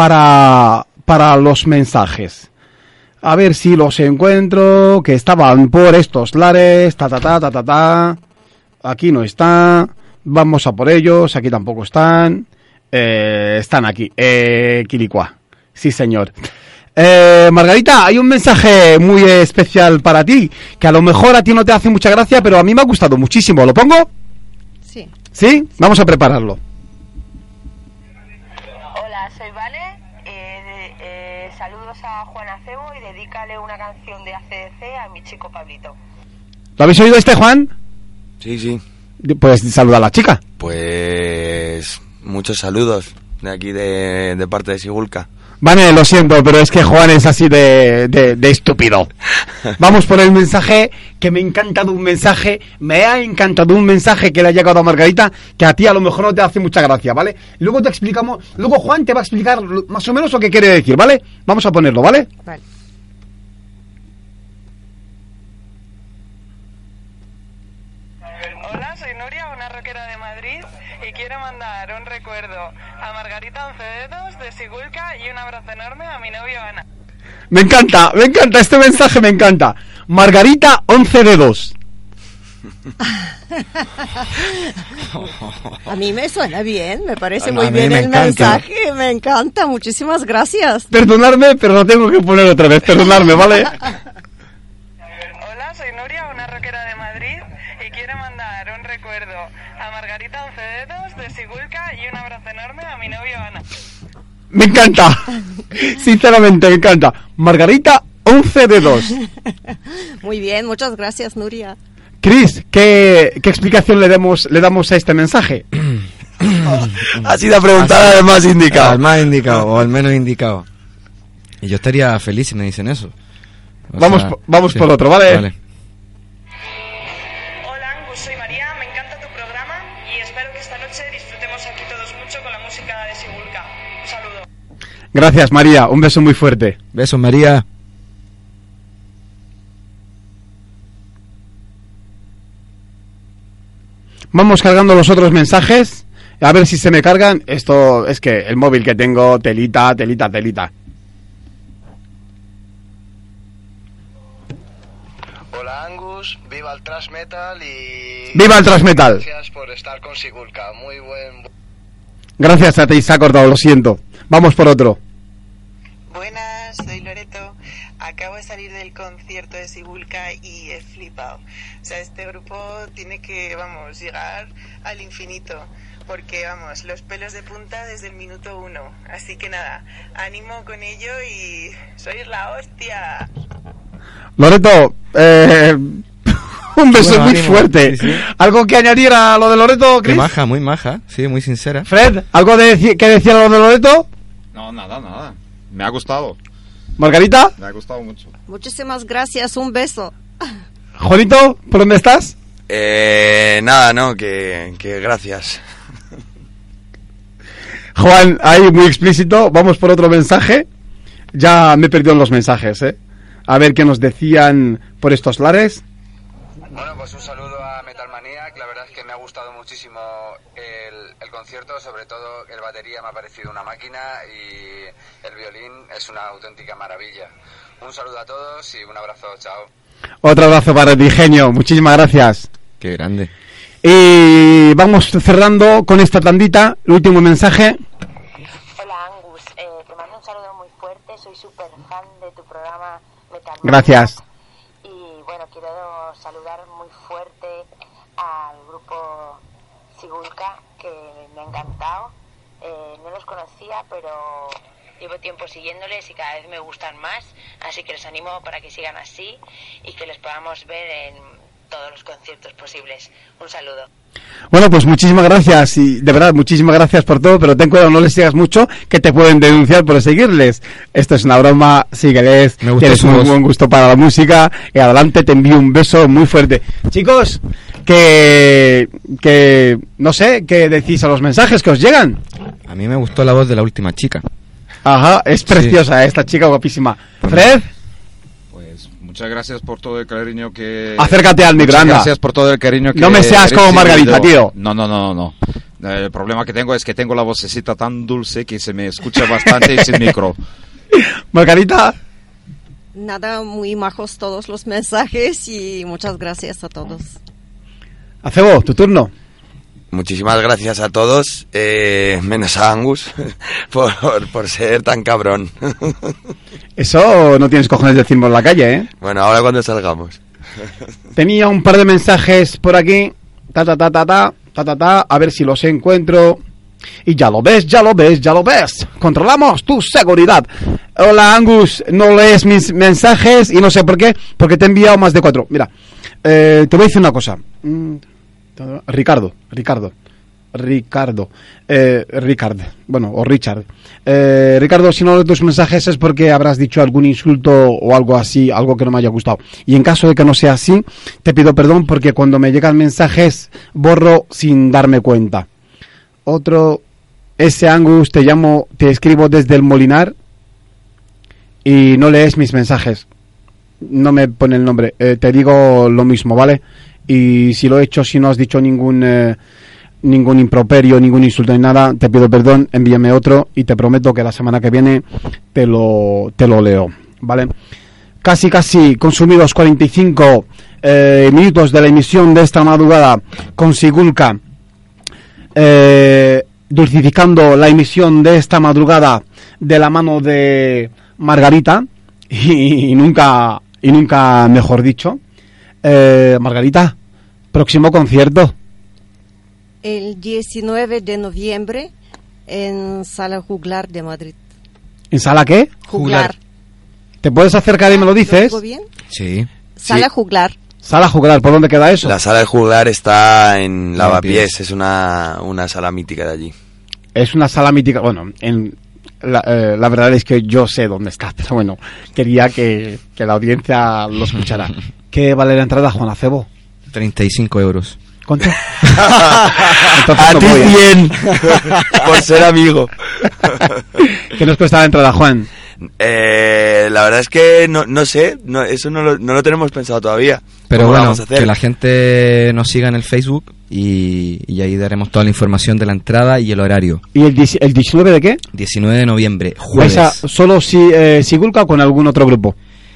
para, para los mensajes. A ver si los encuentro, que estaban por estos lares, ta ta ta ta ta ta. Aquí no está, vamos a por ellos, aquí tampoco están. Eh, están aquí, eh, Quilicua. Sí, señor. Eh, Margarita, hay un mensaje muy especial para ti, que a lo mejor a ti no te hace mucha gracia, pero a mí me ha gustado muchísimo. ¿Lo pongo? Sí. ¿Sí? Vamos a prepararlo. Hola, soy Vale. Eh, eh, saludos a Juan Acebo y dedícale una canción de A C D C a mi chico Pablito. ¿Lo habéis oído este, Juan? Sí, sí. Pues saluda a la chica. Pues muchos saludos. de aquí de, de parte de Sigulka. Vale, lo siento, pero es que Juan es así de, de, de estúpido. Vamos por el mensaje, que me ha encantado un mensaje, me ha encantado un mensaje que le ha llegado a Margarita, que a ti a lo mejor no te hace mucha gracia, ¿vale? Luego te explicamos, luego Juan te va a explicar más o menos lo que quiere decir, ¿vale? Vamos a ponerlo, ¿vale? Vale. Hola, soy Nuria, una rockera de Madrid, y quiero mandar un recuerdo a Margarita once dedos de Sigulka y un abrazo enorme a mi novio Ana. Me encanta, me encanta, este mensaje me encanta. Margarita once dedos. A mí me suena bien, me parece No, muy a mí bien me el encanta. mensaje, me encanta, muchísimas gracias. Perdonadme, pero lo tengo que poner otra vez, perdonadme, ¿vale? Hola, soy Nuria, una rockera de Madrid, y quiero mandar un recuerdo a Margarita once dedos de Sigulka y un abrazo enorme a mi novio Ana. Me encanta, sinceramente me encanta. Margarita once dedos. Muy bien, muchas gracias, Nuria. Chris, ¿qué, qué explicación le damos, le damos a este mensaje? Ha sido preguntada al más indicado. Al más indicado, o al menos indicado. Y yo estaría feliz si me dicen eso. O Vamos, sea, po- vamos sí. por otro, ¿vale? Vale. Hola Angus, soy María, me encanta tu programa y espero que esta noche disfrutemos aquí todos mucho con la música de Sigulka. Un saludo. Gracias, María, un beso muy fuerte. Besos, María. Vamos cargando los otros mensajes, a ver si se me cargan. Esto es que el móvil que tengo, telita, telita, telita. Hola Angus, viva el thrash metal y... ¡Viva el thrash metal! Gracias por estar con Sigulka, muy buen... Gracias a ti, se ha cortado, lo siento. Vamos por otro. Buenas, soy Loreto. Acabo de salir del concierto de Sigulka y he flipado. O sea, este grupo tiene que, vamos, llegar al infinito. Porque, vamos, los pelos de punta desde el minuto uno. Así que nada, ánimo con ello y sois la hostia. Loreto, eh, un beso Bueno, muy ánimo. fuerte. Sí, sí. ¿Algo que añadir a lo de Loreto, Qué Chris? maja, muy maja. Sí, muy sincera. Fred, ¿algo de deci- que decir a lo de Loreto? No, nada, nada. Me ha gustado. ¿Margarita? Me ha gustado mucho. Muchísimas gracias, un beso. Juanito, ¿por dónde estás? Eh, nada, no, que, que gracias. Juan, ahí muy explícito. Vamos por otro mensaje. Ya me he perdido en los mensajes, ¿eh? A ver qué nos decían por estos lares. Bueno, pues un saludo a Metalmaniac, la verdad es que me ha gustado muchísimo el, el concierto, sobre todo el batería me ha parecido una máquina y el violín es una auténtica maravilla. Un saludo a todos y un abrazo, chao. Otro abrazo para ti, genio. Muchísimas gracias. Qué grande. Y vamos cerrando con esta tandita. El último mensaje. Hola Angus, eh, te mando un saludo muy fuerte, soy súper fan de tu programa Metal. Gracias. Y bueno, quiero saludar muy fuerte al grupo Sigulka, que me ha encantado. Eh, no los conocía, pero llevo tiempo siguiéndoles y cada vez me gustan más, así que les animo para que sigan así y que les podamos ver en todos los conciertos posibles. Un saludo. Bueno, pues muchísimas gracias y de verdad muchísimas gracias por todo, pero ten cuidado, no les sigas mucho, que te pueden denunciar por seguirles. Esto es una broma, sígueles, Me gustó tienes su un voz. buen gusto para la música y adelante, te envío un beso muy fuerte. Chicos, que, que no sé, ¿qué decís a los mensajes que os llegan? A mí me gustó la voz de la última chica. Ajá, es preciosa, ¿eh? Esta chica guapísima. Fred, Pues muchas gracias por todo el cariño que... acércate al micro, Muchas anda. gracias por todo el cariño que... No me seas he como Margarita, recibido. tío. No, no, no, no. no. El problema que tengo es que tengo la vocecita tan dulce que se me escucha bastante y sin micro. Margarita. Nada, muy majos todos los mensajes y muchas gracias a todos. Acebo, tu turno. Muchísimas gracias a todos, eh, menos a Angus, por, por ser tan cabrón. Eso no tienes cojones de decirlo en la calle, ¿eh? Bueno, ahora cuando salgamos. Tenía un par de mensajes por aquí. Ta, ta, ta, ta, ta, ta, ta, ta. A ver si los encuentro. Y ya lo ves, ya lo ves, ya lo ves. Controlamos tu seguridad. Hola, Angus. No lees mis mensajes y no sé por qué. Porque te he enviado más de cuatro. Mira, eh, te voy a decir una cosa. Mm, Ricardo, Ricardo. Ricardo. Eh, Ricard. Bueno, o Richard. Eh, Ricardo, si no leo tus mensajes es porque habrás dicho algún insulto o algo así, algo que no me haya gustado. Y en caso de que no sea así, te pido perdón porque cuando me llegan mensajes borro sin darme cuenta. Otro, ese Angus, te llamo, te escribo desde el Molinar y no lees mis mensajes. No me pone el nombre. Eh, te digo lo mismo, ¿vale? Y si lo he hecho, si no has dicho ningún eh, ningún improperio, ningún insulto ni nada, te pido perdón, envíame otro y te prometo que la semana que viene te lo te lo leo, ¿vale? Casi casi consumidos cuarenta y cinco eh, minutos de la emisión de esta madrugada con Sigulka, eh, dulcificando la emisión de esta madrugada de la mano de Margarita y, y nunca y nunca mejor dicho. Eh, Margarita, próximo concierto. El diecinueve de noviembre en Sala Juglar de Madrid. ¿En Sala qué? Juglar. ¿Te puedes acercar y me lo dices? ¿Lo digo bien? Sí. Sala Sí. Juglar. Sala Juglar, ¿por dónde queda eso? La sala de juglar está en Lavapiés, es una, una sala mítica de allí. Es una sala mítica, bueno, en la, eh, la verdad es que yo sé dónde está, pero bueno, quería que, que la audiencia lo escuchara. ¿Qué vale la entrada, Juan Acebo? treinta y cinco euros. ¿Cuánto? A no ti voy, ¿eh? cien, por ser amigo. ¿Qué nos cuesta la entrada, Juan? Eh, la verdad es que no, no sé, no, eso no lo, no lo tenemos pensado todavía. Pero ¿Cómo lo bueno, vamos a hacer? que la gente nos siga en el Facebook y, y ahí daremos toda la información de la entrada y el horario. ¿Y el, dieci- el diecinueve de qué? diecinueve de noviembre, jueves. ¿Vais a solo si, eh, Sigulka o con algún otro grupo?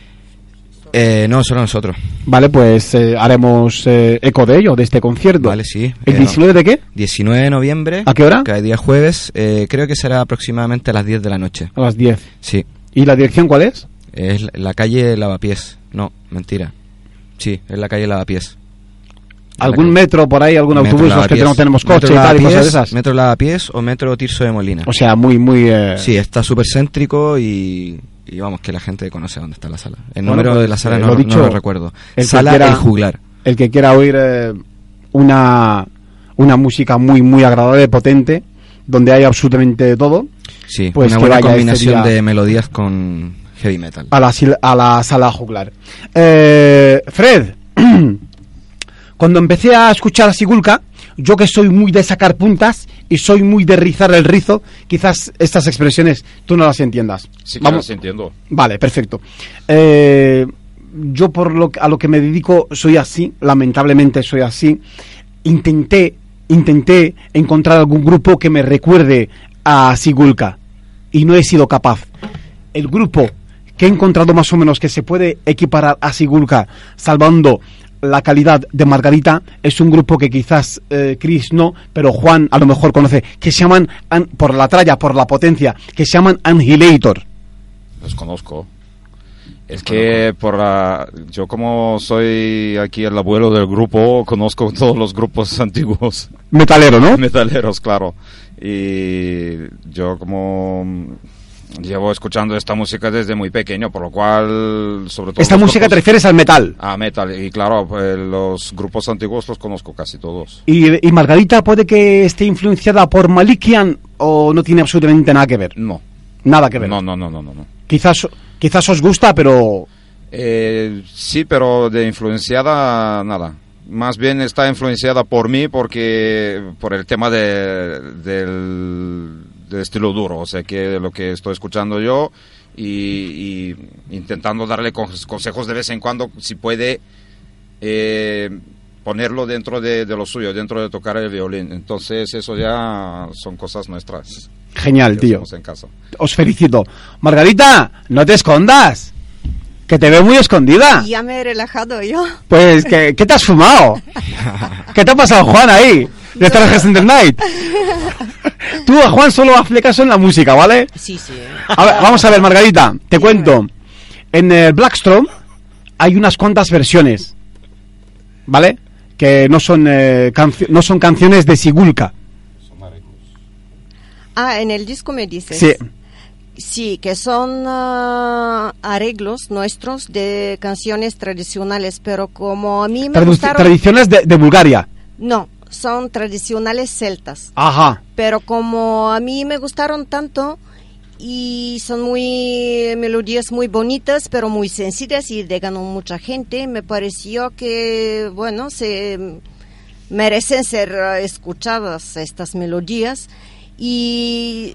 Eh, no, solo nosotros. Vale, pues eh, haremos eh, eco de ello, de este concierto. Vale, sí. ¿El Eh, diecinueve de qué? diecinueve de noviembre. ¿A qué hora? Cada día jueves. Eh, creo que será aproximadamente a las diez de la noche. A las diez. Sí. ¿Y la dirección cuál es? Es la- la calle Lavapiés. No, mentira. Sí, es la calle Lavapiés. ¿Algún metro por ahí, algún Metro autobús, los que Lavapiés. no tenemos coche Metro y tal y Lavapiés, cosas de esas? Metro Lavapiés o Metro Tirso de Molina. O sea, muy, muy... Eh... Sí, está súper céntrico y, y vamos, que la gente conoce dónde está la sala. El Bueno, número pues, de la sala eh, no lo no dicho, lo recuerdo. el que Sala quiera- El Juglar. El que quiera oír eh, una, una música muy, muy agradable, potente, donde hay absolutamente de todo, Sí, pues una que buena vaya combinación este día de melodías con heavy metal. a la, sil- a la sala juglar. Eh, Fred, cuando empecé a escuchar a Sigulka, yo que soy muy de sacar puntas y soy muy de rizar el rizo, quizás estas expresiones tú no las entiendas. Sí que Vamos. las entiendo. Vale, perfecto. Eh, yo por lo que- a lo que me dedico soy así, lamentablemente soy así. Intenté, intenté encontrar algún grupo que me recuerde a Sigulka y no he sido capaz. El grupo que he encontrado más o menos que se puede equiparar a Sigulka, salvando la calidad de Margarita, es un grupo que quizás eh, Chris no, pero Juan a lo mejor conoce, que se llaman, An- por la tralla, por la potencia, que se llaman Annihilator. Los conozco. Es que por la, yo como soy aquí el abuelo del grupo, conozco todos los grupos antiguos. Metalero, ¿no? Metaleros, claro. Y yo como llevo escuchando esta música desde muy pequeño, por lo cual, sobre todo... Esta los música grupos- te refieres al metal. a metal, y claro, pues, los grupos antiguos los conozco casi todos. ¿Y, y Margarita puede que esté influenciada por Malikian o no tiene absolutamente nada que ver? No. Nada que ver. No, no, no, no, no. no. Quizás, quizás os gusta, pero... Eh, sí, pero de influenciada, nada. Más bien está influenciada por mí porque por el tema de, del, del estilo duro, o sea que lo que estoy escuchando yo y, y intentando darle cons- consejos de vez en cuando si puede eh, ponerlo dentro de, de lo suyo, dentro de tocar el violín. Entonces eso ya son cosas nuestras. Genial, que tío. hacemos en casa. Os felicito. Margarita, no te escondas. Que te veo muy escondida. Ya me he relajado yo. Pues, ¿qué, qué te has fumado? ¿Qué te ha pasado, Juan, ahí? De Trajes in the Night. Tú, a Juan, solo hazle caso en la música, ¿vale? Sí, sí. A ver, vamos a ver, Margarita, te cuento. En el Blackstrom hay unas cuantas versiones, ¿vale? Que no son, eh, cancio- no son canciones de Sigulka. Ah, en el disco me dices. Sí. Sí, que son ah, arreglos nuestros de canciones tradicionales, pero como a mí me Tradu- gustaron... Tradiciones de, de Bulgaria. No, son tradicionales celtas. Ajá. Pero como a mí me gustaron tanto y son muy melodías muy bonitas, pero muy sencillas y llegan a mucha gente, me pareció que, bueno, se merecen ser escuchadas estas melodías. Y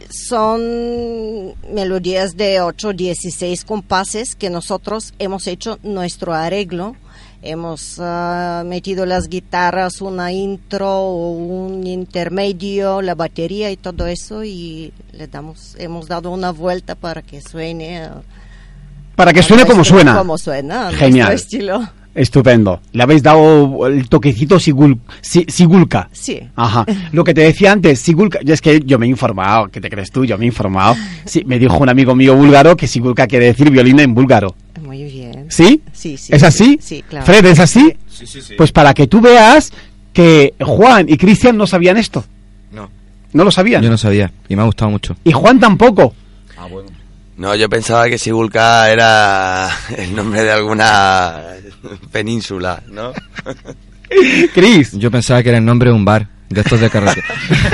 son melodías de ocho, dieciséis compases que nosotros hemos hecho nuestro arreglo. Hemos uh, metido las guitarras, una intro, un intermedio, la batería y todo eso, y le damos, hemos dado una vuelta para que suene. Uh, para que suene como suena. Como suena, a Genial. nuestro estilo. Estupendo. Le habéis dado el toquecito sigul, si, sigulka. Sí. Ajá. Lo que te decía antes, sigulka, es que yo me he informado, ¿qué te crees tú? Yo me he informado. Sí, me dijo un amigo mío búlgaro que sigulka quiere decir violín en búlgaro. Muy bien. ¿Sí? Sí, sí. ¿Es así? Sí, claro. Fred, ¿es así? Sí, sí, sí. Pues para que tú veas que Juan y Cristian no sabían esto. No. No lo sabían. Yo no sabía y me ha gustado mucho. Y Juan tampoco. Ah, bueno. No, yo pensaba que Sigulka era el nombre de alguna península, ¿no? Cris. Yo pensaba que era el nombre de un bar, de estos de carretera.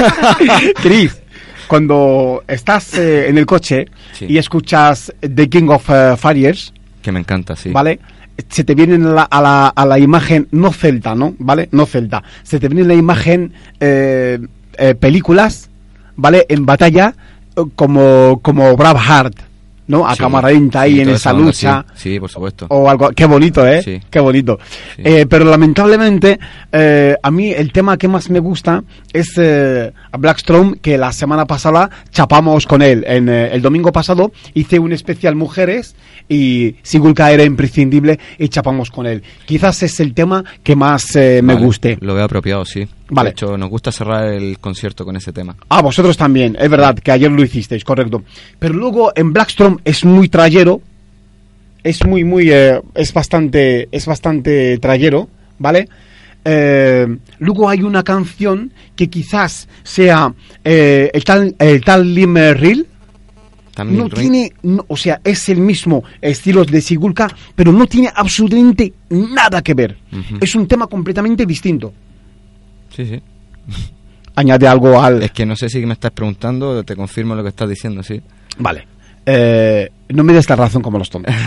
Cris, cuando estás eh, en el coche Sí. y escuchas The King of uh, Fighters, Que me encanta, sí. ¿vale? Se te viene la, a, la, a la imagen, no celta, ¿no? ¿Vale? No celta. Se te viene la imagen eh, eh, películas, ¿vale? En batalla, eh, como, como Braveheart, ¿no? A Sí, Camarenta ahí sí, en toda esa onda, lucha. Sí, sí, por supuesto. O algo, qué bonito, ¿eh? Sí. Qué bonito. Sí. Eh, pero lamentablemente, eh, a mí el tema que más me gusta es eh, a Blackstrom, que la semana pasada chapamos con él. En, eh, el domingo pasado hice un especial Mujeres y Sigulka era imprescindible y chapamos con él. Quizás es el tema que más eh, me Vale, guste. Lo veo apropiado, sí. Vale. De hecho, nos gusta cerrar el concierto con ese tema. Ah, vosotros también, es verdad que ayer lo hicisteis, correcto. Pero luego en Blackstrom es muy trayero, es muy, muy, eh, es bastante, es bastante trayero, ¿vale? Eh, luego hay una canción que quizás sea eh, el tal, el tal Lim Reel. También No Ring- tiene, no, o sea, es el mismo estilo de Sigulka, pero no tiene absolutamente nada que ver. Ujú. Es un tema completamente distinto. Sí, sí. Añade algo al... Es que no sé si me estás preguntando, te confirmo lo que estás diciendo, sí. Vale. Eh, no me des la razón como los tontos.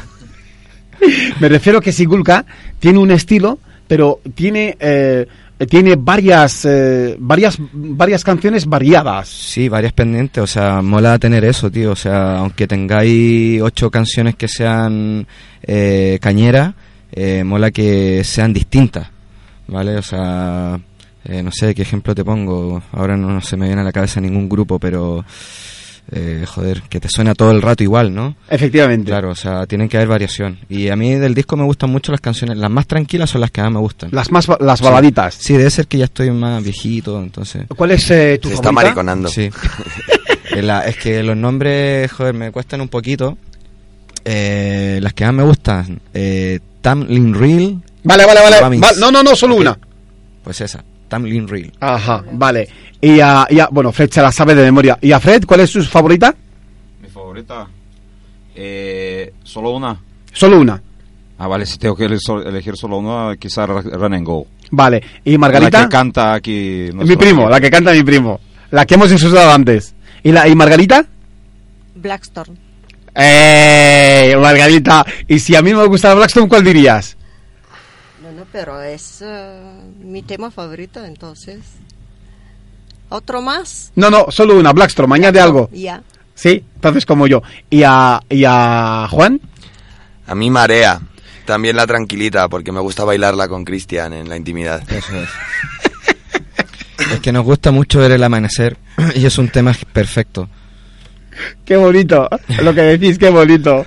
Me refiero que Sigulka tiene un estilo, pero tiene eh, tiene varias eh, varias varias canciones variadas. Sí, varias pendientes, o sea, mola tener eso, tío. O sea, aunque tengáis ocho canciones que sean eh, cañeras, eh, mola que sean distintas, ¿vale? O sea, eh, no sé qué ejemplo te pongo. Ahora no, no se me viene a la cabeza ningún grupo, pero... Eh, joder, que te suena todo el rato igual, ¿no? Efectivamente. Claro, o sea, tienen que haber variación. Y a mí del disco me gustan mucho las canciones, las más tranquilas son las que más me gustan. Las más ba- las Sí. baladitas. Sí, debe ser que ya estoy más viejito, entonces... ¿Cuál es eh, tu Se está favorita? mariconando. Sí. Eh, la- es que los nombres, joder, me cuestan un poquito. Eh, las que más me gustan, eh, Tamlin Reel. Vale, vale, vale. Rabbins. Val- no, no, no, solo Ok. una. Pues esa, Tamlin Reel. Ajá, vale. Y a, y a- bueno, Fred se la sabe de memoria. ¿Y a Fred cuál es su favorita? Mi favorita. Eh, solo una. Solo una. Ah, vale, si tengo que elegir solo- elegir solo una, quizá Run and Go. Vale. ¿Y Margarita? La que canta aquí. Mi primo, la que canta mi primo. La que hemos disfrutado antes. ¿Y, la, y Margarita? Blackstorm. ¡Eh! Margarita. Y si a mí no me gusta Blackstone, ¿cuál dirías? No, no, pero es eh, mi tema favorito, entonces. ¿Otro más? No, no, solo una. Blackstone, añade algo. Ya. Sí, entonces como yo. ¿Y a, y a Juan? A mí Marea, también la tranquilita, porque me gusta bailarla con Cristian en la intimidad. Eso es. Es que nos gusta mucho ver el amanecer y es un tema perfecto. Qué bonito, lo que decís, qué bonito.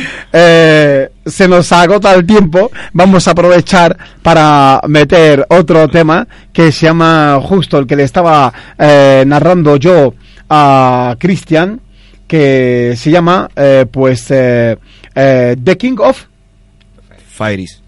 Eh, se nos agota el tiempo, vamos a aprovechar para meter otro tema que se llama justo el que le estaba eh, narrando yo a Cristian, que se llama eh, pues eh, eh, The King of Fairies.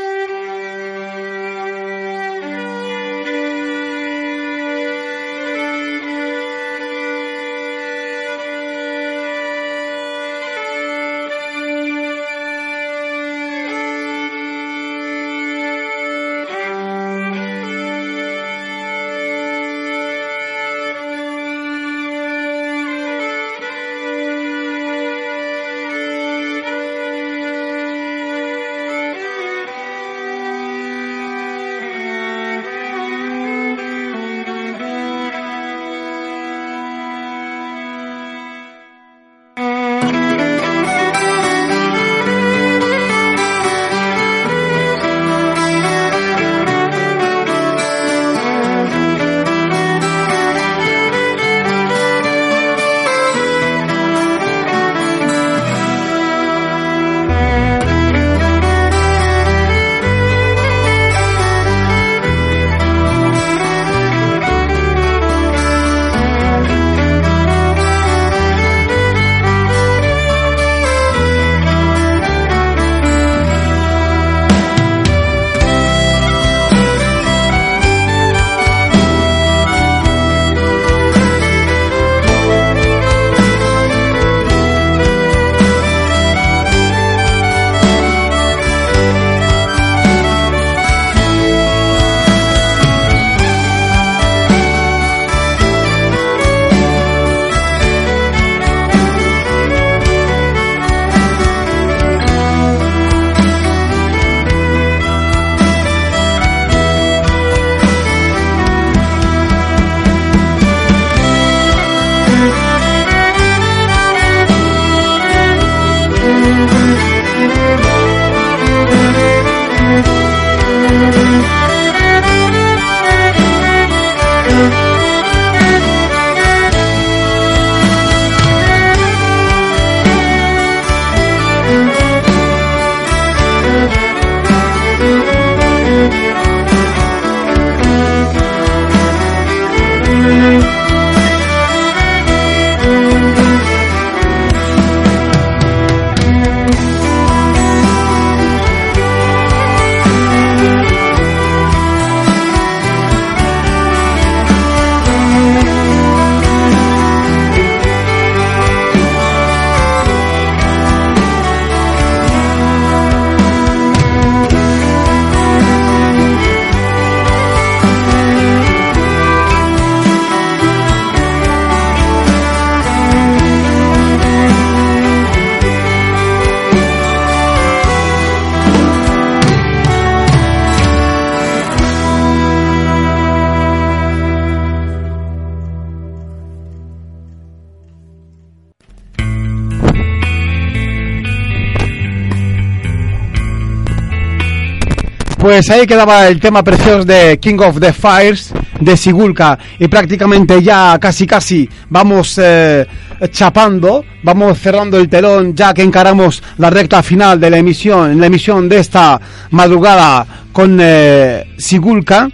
Thank you. Pues ahí quedaba el tema precioso de King of the Fires de Sigulka, y prácticamente ya casi casi vamos eh, chapando, vamos cerrando el telón ya que encaramos la recta final de la emisión, la emisión de esta madrugada con eh, Sigulka.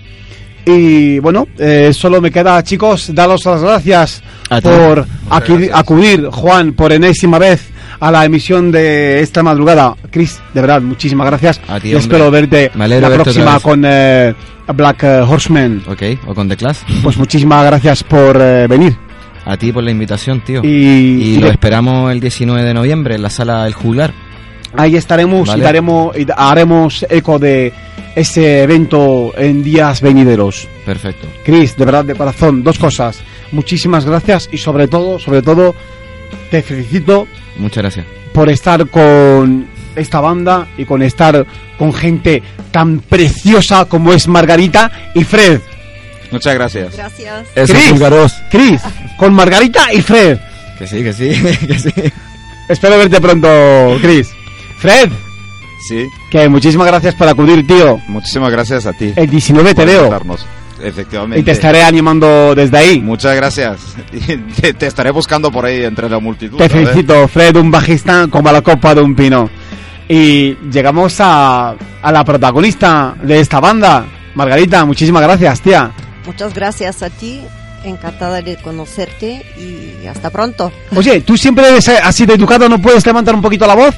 Y bueno, eh, solo me queda, chicos, daros las gracias por acudir, acudir, Juan, por enésima vez a la emisión de esta madrugada. Chris, de verdad, muchísimas gracias. A ti, y espero verte la verte próxima con eh, Black Horseman. Ok, o con The Clash. Pues muchísimas gracias por eh, venir. A ti por la invitación, tío. Y, y, y lo de... esperamos el diecinueve de noviembre en la sala El Juglar. Ahí estaremos, ¿vale? y, daremos, y haremos eco de ese evento en días venideros. Perfecto. Chris, de verdad, de corazón, dos cosas. Muchísimas gracias y sobre todo, sobre todo, te felicito. Muchas gracias. Por estar con esta banda y con estar con gente tan preciosa como es Margarita y Fred. Muchas gracias. Gracias. Chris, Chris, con Margarita y Fred. Que sí, que sí, que sí. Espero verte pronto, Chris. Fred. Sí. Que muchísimas gracias por acudir, tío. Muchísimas gracias a ti. El diecinueve te veo. Efectivamente. Y te estaré animando desde ahí. Muchas gracias. Te, te estaré buscando por ahí entre la multitud. Te felicito, Fred, un bajista como la copa de un pino. Y llegamos a, a la protagonista de esta banda, Margarita. Muchísimas gracias, tía. Muchas gracias a ti. Encantada de conocerte y hasta pronto. Oye, ¿tú siempre eres así de educado? ¿No puedes levantar un poquito la voz?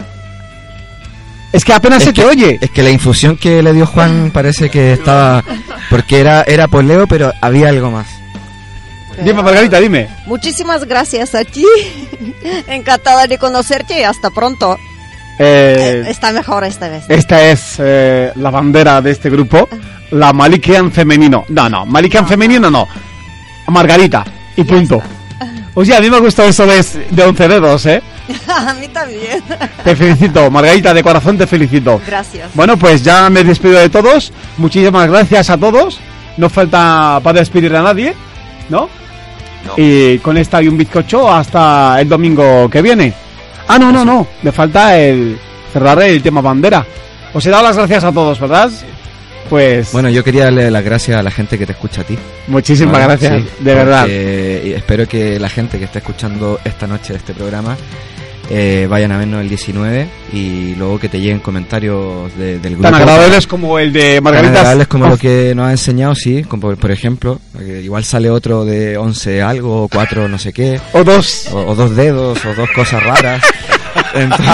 Es que apenas es se que, te oye. Es que la infusión que le dio Juan parece que estaba... Porque era, era poleo, pero había algo más. Pero, dime, Margarita, dime. Muchísimas gracias a ti. Encantada de conocerte y hasta pronto. Eh, eh, está mejor esta vez. Esta es eh, la bandera de este grupo. La Malikian femenino. No, no, Malikian no, femenino no. Margarita. Y ya punto. Está. Oye, a mí me gusta eso de, de once dedos, ¿eh? A mí también. Te felicito, Margarita, de corazón te felicito. Gracias. Bueno, pues ya me despido de todos. Muchísimas gracias a todos. No falta para despedir a nadie, ¿no? No. Y con esta y un bizcocho hasta el domingo que viene. Ah, no, no, no. Me falta el cerrar el tema bandera. Os he dado las gracias a todos, ¿verdad? Sí. Pues... Bueno, yo quería darle las gracias a la gente que te escucha a ti. Muchísimas ¿vale? gracias, sí, de verdad. Y espero que la gente que está escuchando esta noche este programa eh, vayan a vernos el diecinueve y luego que te lleguen comentarios de, del grupo. Tan agradables como el de Margarita. Tan agradables como oh. lo que nos ha enseñado, sí. Como por ejemplo, igual sale otro de once algo, o cuatro no sé qué. O dos. O, o dos dedos, o dos cosas raras. Entonces,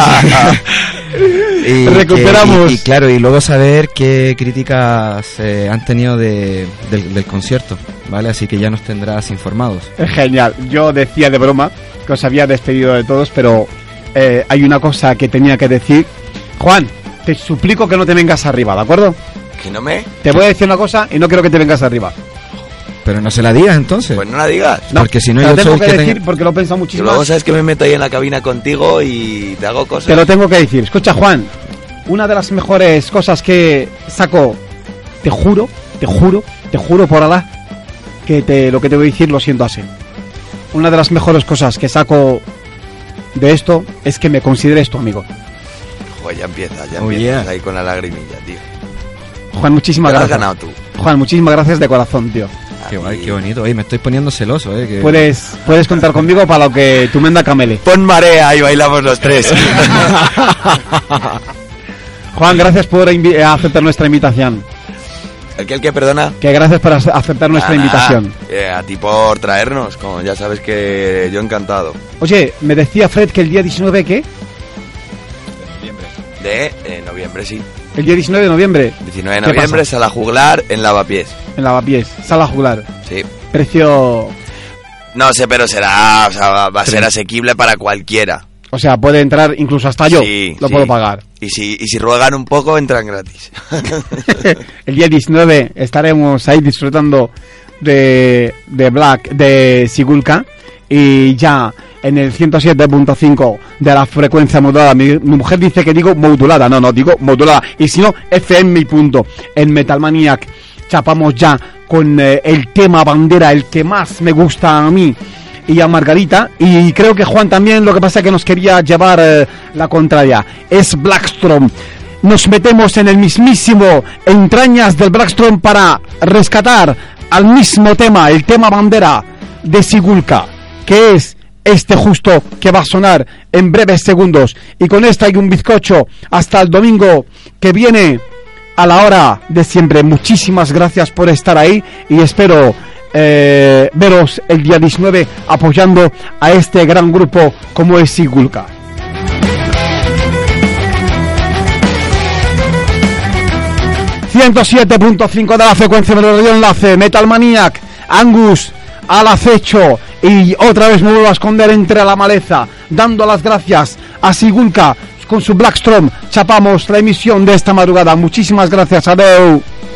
y recuperamos que, y, y claro, y luego saber qué críticas eh, han tenido de, del, del concierto, ¿vale? Así que ya nos tendrás informados. Es genial. Yo decía de broma que os había despedido de todos, pero eh, hay una cosa que tenía que decir. Juan, te suplico que no te vengas arriba, ¿de acuerdo? ¿Que no me? Te voy a decir una cosa y no quiero que te vengas arriba. Pero no se la digas entonces. Pues no la digas. No, porque si no te yo lo tengo soy que, que decir tenga... porque lo he pensado muchísimo. Y luego sabes que me meto ahí en la cabina contigo y te hago cosas. Te lo tengo que decir. Escucha, Juan, una de las mejores cosas que saco, te juro, te juro, te juro por Alá, que te, lo que te voy a decir lo siento así. Una de las mejores cosas que saco de esto es que me consideres tu amigo. Joder, ya empiezas, ya oh, empiezas yeah. ahí con la lagrimilla, tío. Juan, muchísimas Te gracias. Has ganado tú. Juan, muchísimas gracias de corazón, tío. Qué guay, qué bonito. Oye, me estoy poniendo celoso, eh. Que... Puedes, puedes contar conmigo para lo que tu menda camele. Pon marea y bailamos los tres. Juan, gracias por invi- aceptar nuestra invitación. ¿El que el que perdona? Que gracias por ace- aceptar nuestra Ah, invitación. eh, a ti por traernos, como ya sabes que yo encantado. Oye, me decía Fred que el día diecinueve, ¿qué? De eh, noviembre, sí. El día diecinueve de noviembre. diecinueve de ¿Qué noviembre, pasa? sala juglar en Lavapiés. En Lavapiés, sala juglar. Sí. Precio... No sé, pero será, o sea, va, va a ser asequible para cualquiera. O sea, puede entrar incluso hasta yo. Sí, lo sí. puedo pagar. Y si, y si ruegan un poco, entran gratis. El día diecinueve estaremos ahí disfrutando de, de Black, de Sigulka. Y ya en el ciento siete punto cinco de la frecuencia modulada. Mi, mi mujer dice que digo modulada. No, no, digo modulada. Y si no, F M y punto. En Metal Maniac chapamos ya con eh, el tema bandera, el que más me gusta a mí y a Margarita, y creo que Juan también. Lo que pasa es que nos quería llevar eh, la contraria. Es Blackstrom. Nos metemos en el mismísimo entrañas del Blackstrom para rescatar al mismo tema, el tema bandera de Sigulka, que es este justo que va a sonar en breves segundos. Y con esta hay un bizcocho hasta el domingo que viene a la hora de siempre. Muchísimas gracias por estar ahí y espero eh, veros el día diecinueve apoyando a este gran grupo como es Sigulka. ciento siete punto cinco de la frecuencia de Radio Enlace, Metal Maniac, Angus al acecho y otra vez me vuelvo a esconder entre la maleza, dando las gracias a Sigulka con su Blackstrom. Chapamos la emisión de esta madrugada. Muchísimas gracias, adeu.